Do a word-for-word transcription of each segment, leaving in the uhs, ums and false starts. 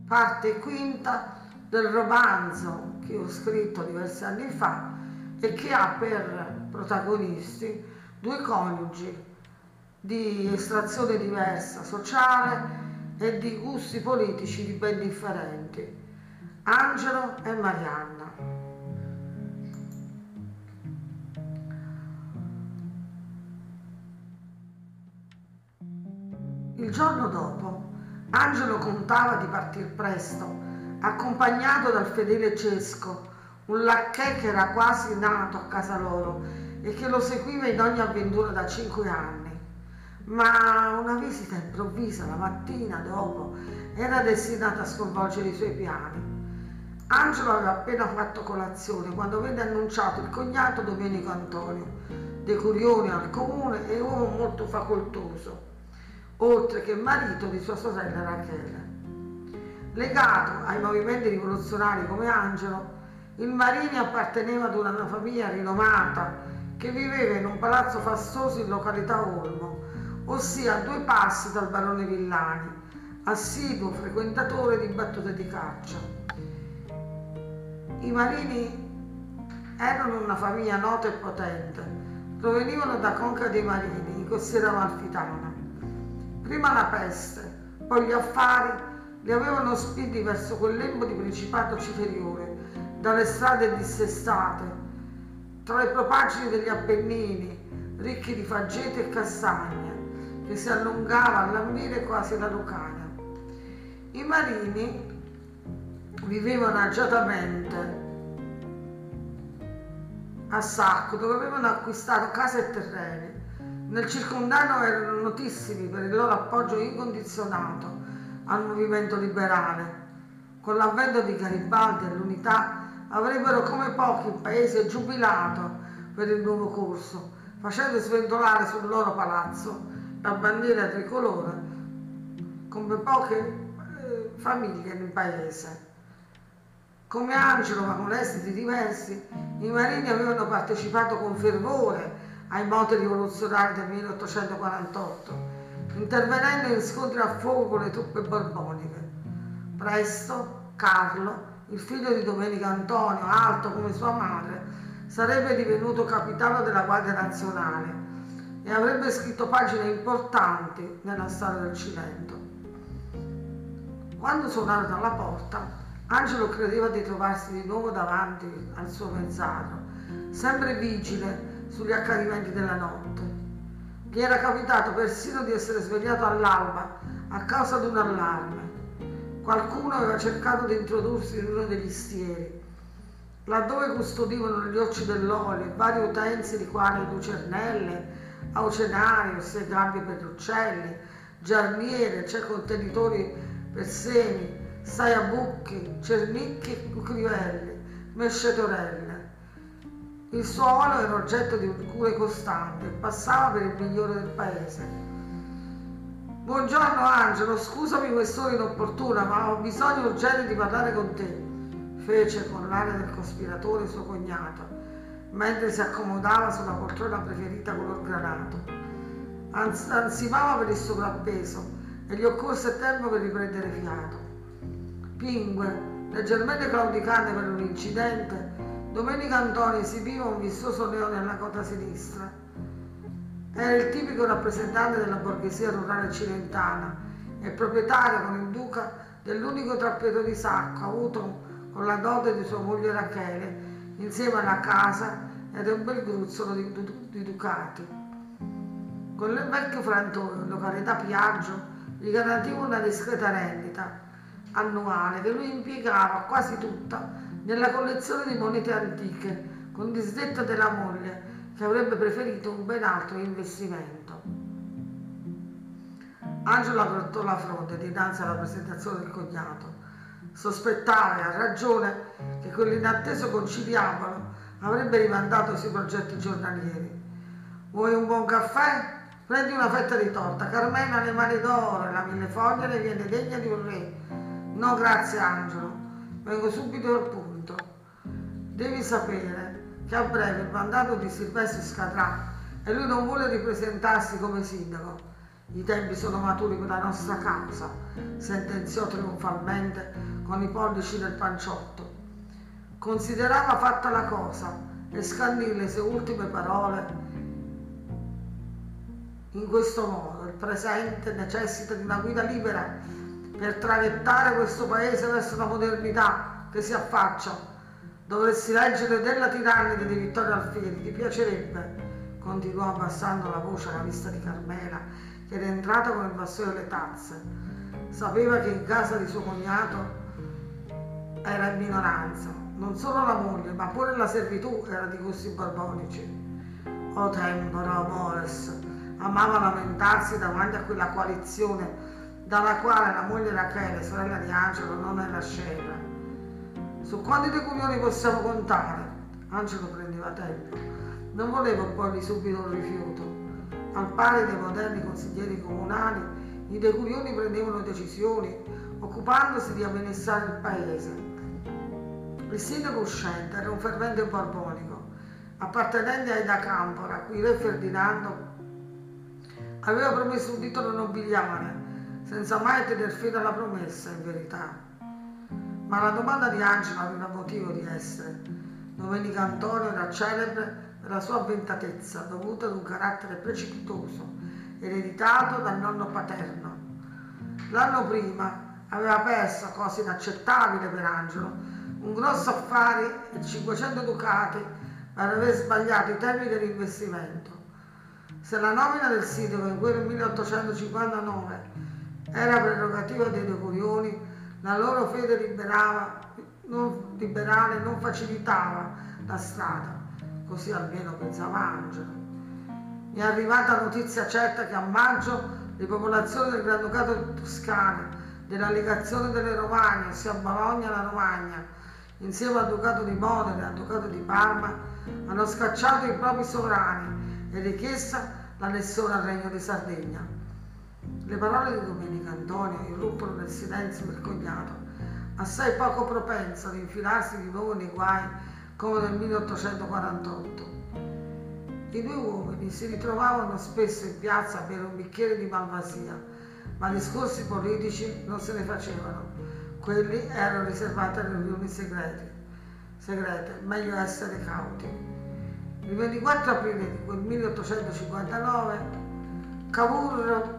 parte quinta del romanzo che ho scritto diversi anni fa e che ha per protagonisti due coniugi di estrazione diversa sociale e di gusti politici di ben differenti, Angelo e Marianna. Il giorno dopo Angelo contava di partir presto, accompagnato dal fedele Cesco, un lacchè che era quasi nato a casa loro e che lo seguiva in ogni avventura da cinque anni. Ma una visita improvvisa la mattina dopo era destinata a sconvolgere i suoi piani. Angelo aveva appena fatto colazione quando venne annunciato il cognato Domenico Antonio, decurione al comune e uomo molto facoltoso, oltre che marito di sua sorella Rachele. Legato ai movimenti rivoluzionari come Angelo, il Marini apparteneva ad una famiglia rinomata che viveva in un palazzo fastoso in località Olmo, ossia a due passi dal barone Villani, assiduo frequentatore di battute di caccia. I Marini erano una famiglia nota e potente, provenivano da Conca dei Marini, in costiera amalfitana. Prima la peste, poi gli affari li avevano spinti verso quel lembo di principato citeriore, dalle strade dissestate, tra le propaggini degli Appennini, ricchi di faggete e castagne, che si allungava a lambire quasi la Lucania. I Marini vivevano agiatamente a Sacco, dove avevano acquistato case e terreni. Nel circondano erano notissimi per il loro appoggio incondizionato al movimento liberale. Con l'avvento di Garibaldi e l'unità avrebbero come pochi il paese giubilato per il nuovo corso, facendo sventolare sul loro palazzo la bandiera tricolore come poche eh, famiglie nel paese. Come Angelo, ma con esiti diversi, i Marini avevano partecipato con fervore ai moti rivoluzionari del milleottocentoquarantotto, intervenendo in scontri a fuoco con le truppe borboniche. Presto Carlo, il figlio di Domenico Antonio, alto come sua madre, sarebbe divenuto capitano della Guardia Nazionale e avrebbe scritto pagine importanti nella storia del Cilento. Quando suonarono alla porta, Angelo credeva di trovarsi di nuovo davanti al suo mezzadro, sempre vigile sugli accadimenti della notte. Gli era capitato persino di essere svegliato all'alba a causa di un allarme. Qualcuno aveva cercato di introdursi in uno degli stieri, laddove custodivano gli occi dell'olio e vari utensili quali lucernelle, aucenari, ossia gabbie per gli uccelli, giarniere, cioè contenitori per semi, saiabucchi, cernicchi e cucrivelli, mescetorelle. Il suo olio era oggetto di cure costante e passava per il migliore del paese. Buongiorno Angelo, scusami quest'ora inopportuna, ma ho bisogno urgente di parlare con te, fece con l'aria del cospiratore suo cognato, mentre si accomodava sulla poltrona preferita color granato. Ans- ansimava per il sovrappeso e gli occorse tempo per riprendere fiato. Pingue, leggermente claudicante per un incidente, Domenico Antonio esibiva un vistoso leone alla coda sinistra. Era il tipico rappresentante della borghesia rurale cilentana e proprietario con il duca dell'unico tappeto di Sacco avuto con la dote di sua moglie Rachele, insieme alla casa ed un bel gruzzolo di, di, di ducati. Con il vecchio frantone, in località Piaggio, gli garantiva una discreta rendita annuale che lui impiegava quasi tutta nella collezione di monete antiche, con disdetta della moglie che avrebbe preferito un ben altro investimento. Angelo aggrottò la fronte dinanzi alla presentazione del cognato. Sospettava, e a ragione, che quell'inatteso conciliabolo avrebbe rimandato sui progetti giornalieri. Vuoi un buon caffè? Prendi una fetta di torta. Carmena ha le mani d'oro e la millefoglia ne viene degna di un re. No, grazie Angelo, vengo subito al punto. Devi sapere che a breve il mandato di Silvestro scadrà e lui non vuole ripresentarsi come sindaco. I tempi sono maturi per la nostra causa, sentenziò trionfalmente con i pollici del panciotto. Considerava fatta la cosa e scandì le sue ultime parole in questo modo: il presente necessita di una guida libera per traghettare questo paese verso la modernità che si affaccia. Dovresti leggere della Tirannide di Vittorio Alfieri, ti piacerebbe? Continuò abbassando la voce alla vista di Carmela, che era entrata con il vassoio e le tazze. Sapeva che in casa di suo cognato era in minoranza. Non solo la moglie, ma pure la servitù era di gusti borbonici. O tempora, o mores, amava lamentarsi davanti a quella coalizione dalla quale la moglie Rachele, sorella di Angelo, non era scena. Su quanti decurioni possiamo contare? Angelo prendeva tempo. Non voleva porgli subito un rifiuto. Al pari dei moderni consiglieri comunali, i decurioni prendevano decisioni occupandosi di amministrare il paese. Il sindaco uscente era un fervente borbonico, appartenente ai Da Campora, a cui re Ferdinando aveva promesso un titolo nobiliare, senza mai tener fede alla promessa, in verità. Ma la domanda di Angelo aveva motivo di essere. Domenico Antonio era celebre per la sua avventatezza, dovuta ad un carattere precipitoso, ereditato dal nonno paterno. L'anno prima aveva perso, cosa inaccettabile per Angelo, un grosso affare e cinquecento ducati per aver sbagliato i termini dell'investimento. Se la nomina del sindaco in quel milleottocentocinquantanove era prerogativa dei decurioni, la loro fede liberava, non, liberale non facilitava la strada, così almeno pensava Angelo. Mi è arrivata notizia certa che a maggio le popolazioni del Granducato Toscano, della legazione delle Romagne, ossia Bologna e la Romagna, insieme al Ducato di Modena e al Ducato di Parma, hanno scacciato i propri sovrani e richiesta l'annessione al Regno di Sardegna. Le parole di Domenico Antonio irruppero nel silenzio del cognato, assai poco propenso ad infilarsi di nuovo nei guai come nel milleottocentoquarantotto. I due uomini si ritrovavano spesso in piazza a bere un bicchiere di malvasia, ma discorsi politici non se ne facevano. Quelli erano riservati alle riunioni segrete, segrete, meglio essere cauti. Il ventiquattro aprile di quel milleottocentocinquantanove Cavour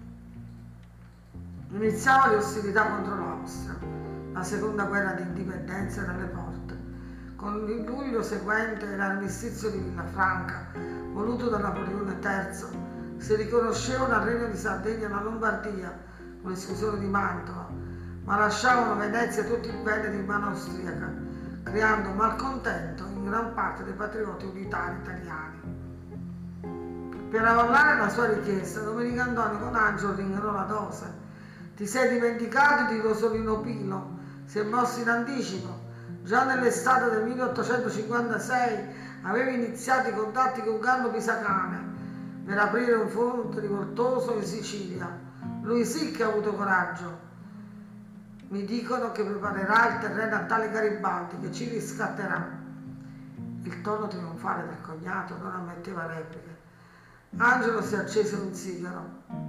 iniziava le ostilità contro l'Austria. La seconda guerra di indipendenza era alle porte. Con il luglio seguente l'armistizio di Villafranca, voluto da Napoleone terzo, si riconoscevano al Regno di Sardegna e la Lombardia, con l'esclusione di Mantova, ma lasciavano Venezia e tutto il bene in mano austriaca, creando malcontento in gran parte dei patrioti unitari italiani. Per avallare la sua richiesta, Domenico Antonio con Angelo ringarò la dose. Ti sei dimenticato di Rosolino Pilo? Si è mosso in anticipo. Già nell'estate del milleottocentocinquantasei aveva iniziato i contatti con Gallo Pisacane per aprire un fronte rivoltoso in Sicilia. Lui sì che ha avuto coraggio. Mi dicono che preparerà il terreno a tale Garibaldi che ci riscatterà. Il tono trionfale del cognato non ammetteva repliche. Angelo si accese un sigaro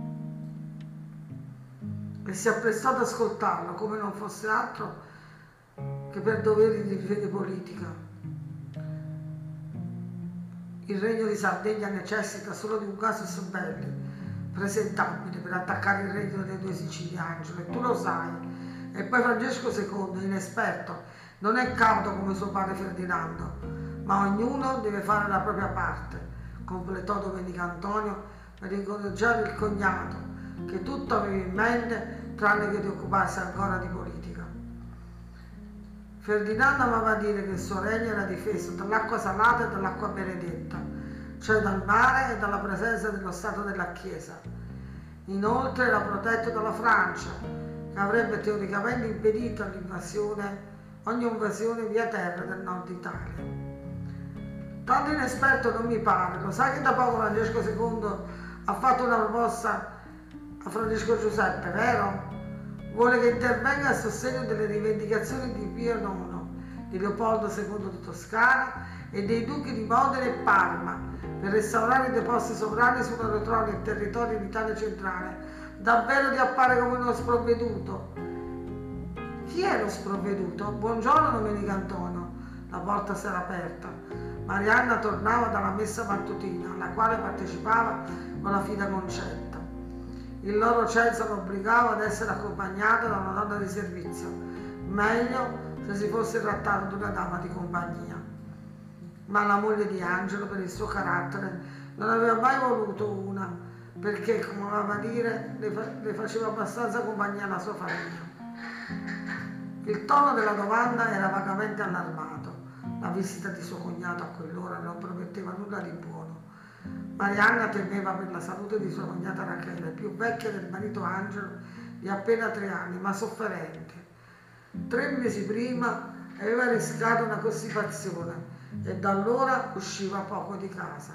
e si apprestò ad ascoltarlo come non fosse altro che per doveri di fede politica. Il Regno di Sardegna necessita solo di un casus belli presentabile per attaccare il regno delle due Sicilie, Angelo, e tu lo sai. E poi Francesco secondo, inesperto, non è cauto come suo padre Ferdinando, ma ognuno deve fare la propria parte, completò Domenico Antonio per incoraggiare il cognato, che tutto aveva in mente tranne che di occuparsi ancora di politica. Ferdinando amava dire che il suo regno era difeso dall'acqua salata e dall'acqua benedetta, cioè dal mare e dalla presenza dello Stato della Chiesa. Inoltre era protetto dalla Francia, che avrebbe teoricamente impedito l'invasione, ogni invasione via terra del nord Italia. Tanto inesperto non mi pare, lo sai che da poco Francesco secondo ha fatto una proposta a Francesco Giuseppe, vero? Vuole che intervenga a sostegno delle rivendicazioni di Pio nono, di Leopoldo secondo di Toscana e dei duchi di Modena e Parma per restaurare i deposti sovrani sulla Rotroni e territori in Italia centrale. Davvero ti appare come uno sprovveduto? Chi è lo sprovveduto? Buongiorno Domenico Antonio. La porta si era aperta. Marianna tornava dalla messa mattutina, alla quale partecipava con la fida Concetta. Il loro censo lo obbligava ad essere accompagnata da una donna di servizio, meglio se si fosse trattato di una dama di compagnia. Ma la moglie di Angelo, per il suo carattere, non aveva mai voluto una, perché, come amava dire, le, fa- le faceva abbastanza compagnia alla sua famiglia. Il tono della domanda era vagamente allarmato. La visita di suo cognato a quell'ora non prometteva nulla di buono. Marianna temeva per la salute di sua cognata Rachele, più vecchia del marito Angelo di appena tre anni, ma sofferente. Tre mesi prima aveva rischiato una costipazione e da allora usciva poco di casa.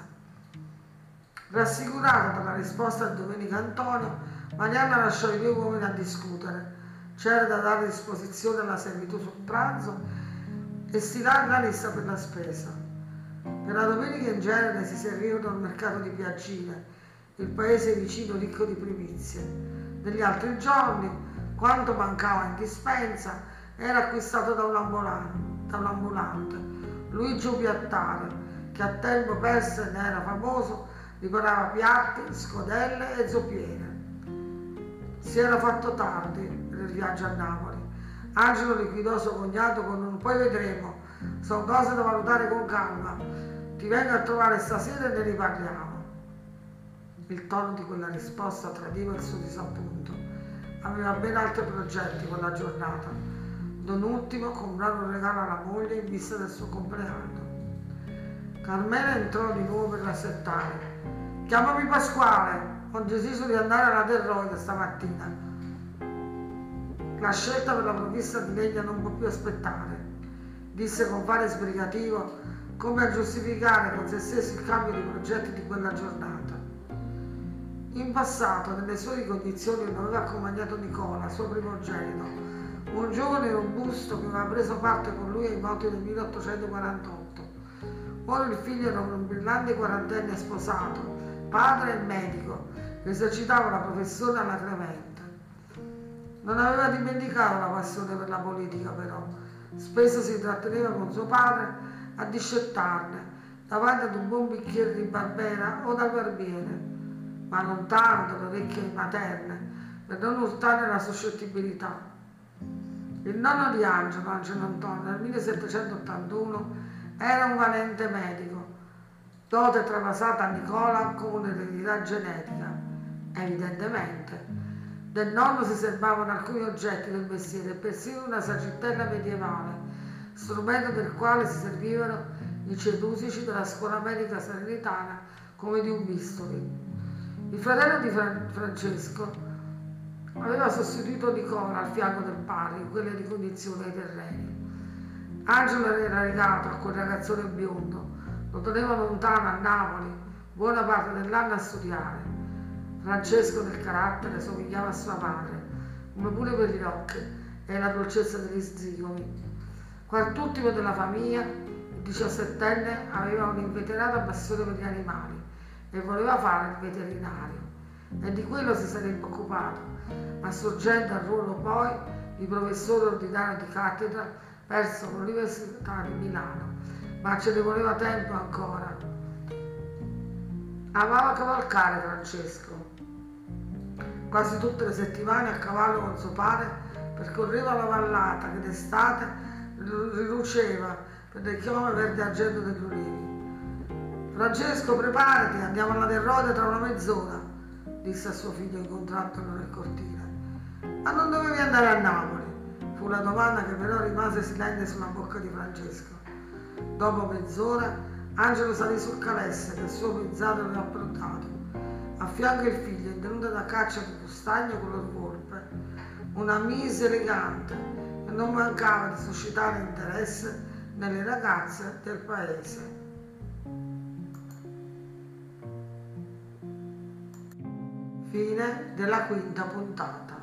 Rassicurata dalla risposta di Domenico Antonio, Marianna lasciò i due uomini a discutere. C'era da dare disposizione alla servitù sul pranzo e stilare la lista per la spesa. Per la domenica in genere si servivano al mercato di Piagine, il paese vicino ricco di primizie. Negli altri giorni, quanto mancava in dispensa era acquistato da un ambulante, da un ambulante Luigi Piattare, che a tempo perso ne era famoso, riparava piatti, scodelle e zoppiere. Si era fatto tardi nel viaggio a Napoli. Angelo liquidò suo cognato con un "poi vedremo, sono cose da valutare con calma, ti vengo a trovare stasera e ne riparliamo". Il tono di quella risposta tradiva il suo disappunto. Aveva ben altri progetti quella giornata, non ultimo comprare un regalo alla moglie in vista del suo compleanno. Carmela entrò di nuovo per l'assettare. "Chiamami Pasquale, ho deciso di andare alla Terroide stamattina. La scelta per la provvista di legna non può più aspettare", disse con fare sbrigativo, come a giustificare con se stesso il cambio di progetti di quella giornata. In passato, nelle sue ricognizioni, non aveva accompagnato Nicola, suo primogenito, un giovane robusto che aveva preso parte con lui ai moti del milleottocentoquarantotto. Ora il figlio era un brillante quarantenne sposato, padre e medico, che esercitava la professione alla Clemente. Non aveva dimenticato la passione per la politica, però. Spesso si tratteneva con suo padre a discettarne davanti ad un buon bicchiere di Barbera o dal barbiere, ma non tanto le orecchie materne, per non urtare la suscettibilità. Il nonno di Angelo, Angelo Antonio, nel millesettecentottantuno era un valente medico, dote travasata a Nicola come un'eredità genetica. Evidentemente del nonno si serbavano alcuni oggetti del mestiere e persino una sagittella medievale, strumento del quale si servivano i cedusici della scuola medica salernitana come di un bisturi. Il fratello di Fran- Francesco aveva sostituito Nicola al fianco del padre in quelle ricognizioni ai terreni. Angelo era legato a quel ragazzone biondo, lo teneva lontano a Napoli buona parte dell'anno a studiare. Francesco nel carattere somigliava a sua madre, come pure per gli occhi e la dolcezza degli zigomi. Quart'ultimo della famiglia, il diciassettenne aveva un'inveterata passione per gli animali e voleva fare il veterinario, e di quello si sarebbe occupato, assurgendo al ruolo poi di professore ordinario di cattedra presso l'Università di Milano, ma ce ne voleva tempo ancora. Amava cavalcare Francesco. Quasi tutte le settimane a cavallo con suo padre percorreva la vallata che d'estate riluceva per le chiome verde argento degli ulivi. "Francesco, preparati, andiamo alla Terroide tra una mezz'ora", disse a suo figlio incontrandolo nel cortile. "Ma non dovevi andare a Napoli?" Fu la domanda che però rimase silente sulla bocca di Francesco. Dopo mezz'ora Angelo salì sul calesse che il suo pizzato aveva approntato. A fianco il figlio, in tenuta da caccia di custagno color volpe, una mise elegante che non mancava di suscitare interesse nelle ragazze del paese. Fine della quinta puntata.